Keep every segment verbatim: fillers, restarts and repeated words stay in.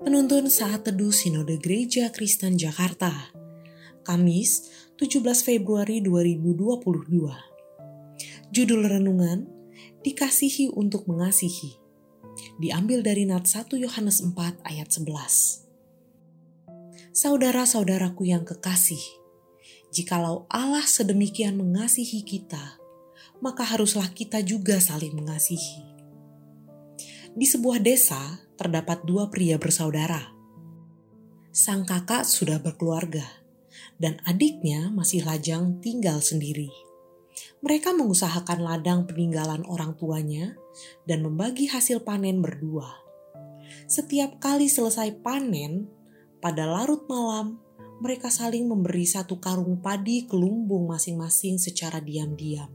Penuntun Saat Teduh Sinode Gereja Kristen Jakarta, Kamis tujuh belas Februari dua ribu dua puluh dua. Judul renungan, Dikasihi untuk Mengasihi. Diambil dari Nats satu Yohanes empat ayat sebelas. Saudara-saudaraku yang kekasih, jikalau Allah sedemikian mengasihi kita, maka haruslah kita juga saling mengasihi. Di sebuah desa, terdapat dua pria bersaudara. Sang kakak sudah berkeluarga, dan adiknya masih lajang tinggal sendiri. Mereka mengusahakan ladang peninggalan orang tuanya dan membagi hasil panen berdua. Setiap kali selesai panen, pada larut malam, mereka saling memberi satu karung padi ke lumbung masing-masing secara diam-diam.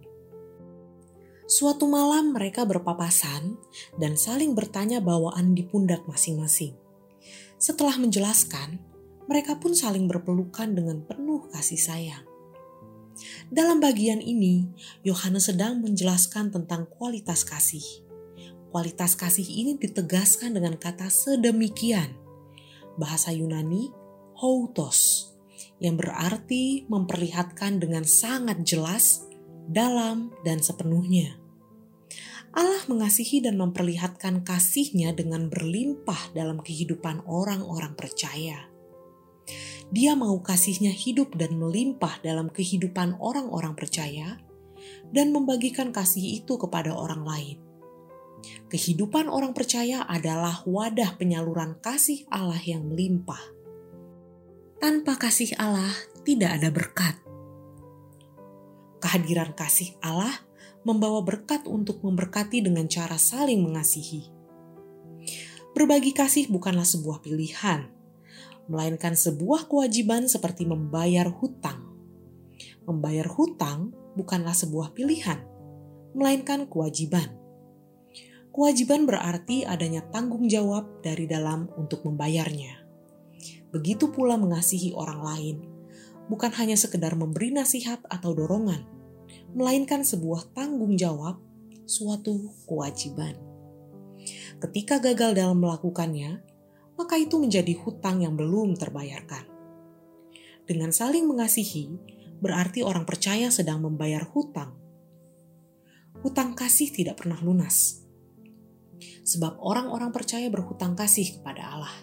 Suatu malam mereka berpapasan dan saling bertanya bawaan di pundak masing-masing. Setelah menjelaskan, mereka pun saling berpelukan dengan penuh kasih sayang. Dalam bagian ini, Yohanes sedang menjelaskan tentang kualitas kasih. Kualitas kasih ini ditegaskan dengan kata sedemikian. Bahasa Yunani, houtos, yang berarti memperlihatkan dengan sangat jelas, dalam, dan sepenuhnya. Allah mengasihi dan memperlihatkan kasih-Nya dengan berlimpah dalam kehidupan orang-orang percaya. Dia mau kasih-Nya hidup dan melimpah dalam kehidupan orang-orang percaya dan membagikan kasih itu kepada orang lain. Kehidupan orang percaya adalah wadah penyaluran kasih Allah yang melimpah. Tanpa kasih Allah tidak ada berkat. Kehadiran kasih Allah membawa berkat untuk memberkati dengan cara saling mengasihi. Berbagi kasih bukanlah sebuah pilihan, melainkan sebuah kewajiban seperti membayar hutang. Membayar hutang bukanlah sebuah pilihan, melainkan kewajiban. Kewajiban berarti adanya tanggung jawab dari dalam untuk membayarnya. Begitu pula mengasihi orang lain, bukan hanya sekedar memberi nasihat atau dorongan, melainkan sebuah tanggung jawab, suatu kewajiban. Ketika gagal dalam melakukannya, maka itu menjadi hutang yang belum terbayarkan. Dengan saling mengasihi, berarti orang percaya sedang membayar hutang. Hutang kasih tidak pernah lunas, sebab orang-orang percaya berhutang kasih kepada Allah.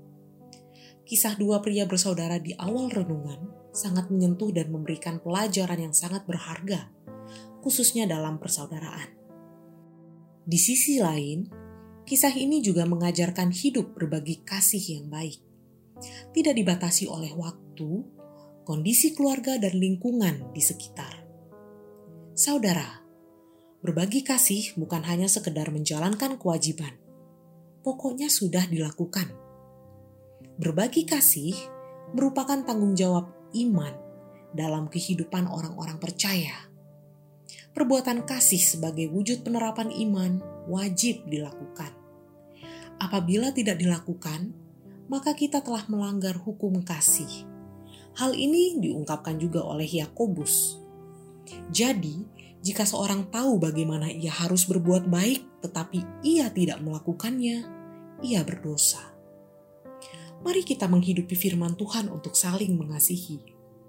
Kisah dua pria bersaudara di awal renungan sangat menyentuh dan memberikan pelajaran yang sangat berharga, khususnya dalam persaudaraan. Di sisi lain, kisah ini juga mengajarkan hidup berbagi kasih yang baik. Tidak dibatasi oleh waktu, kondisi keluarga, dan lingkungan di sekitar. Saudara, berbagi kasih bukan hanya sekedar menjalankan kewajiban. Pokoknya sudah dilakukan. Berbagi kasih merupakan tanggung jawab iman dalam kehidupan orang-orang percaya. Perbuatan kasih sebagai wujud penerapan iman wajib dilakukan. Apabila tidak dilakukan, maka kita telah melanggar hukum kasih. Hal ini diungkapkan juga oleh Yakobus. Jadi, jika seorang tahu bagaimana ia harus berbuat baik tetapi ia tidak melakukannya, ia berdosa. Mari kita menghidupi firman Tuhan untuk saling mengasihi.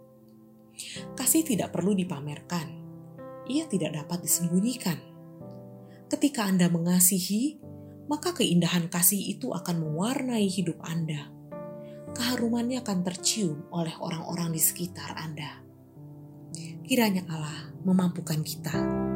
Kasih tidak perlu dipamerkan. Ia tidak dapat disembunyikan. Ketika Anda mengasihi, maka keindahan kasih itu akan mewarnai hidup Anda. Keharumannya akan tercium oleh orang-orang di sekitar Anda. Kiranya Allah memampukan kita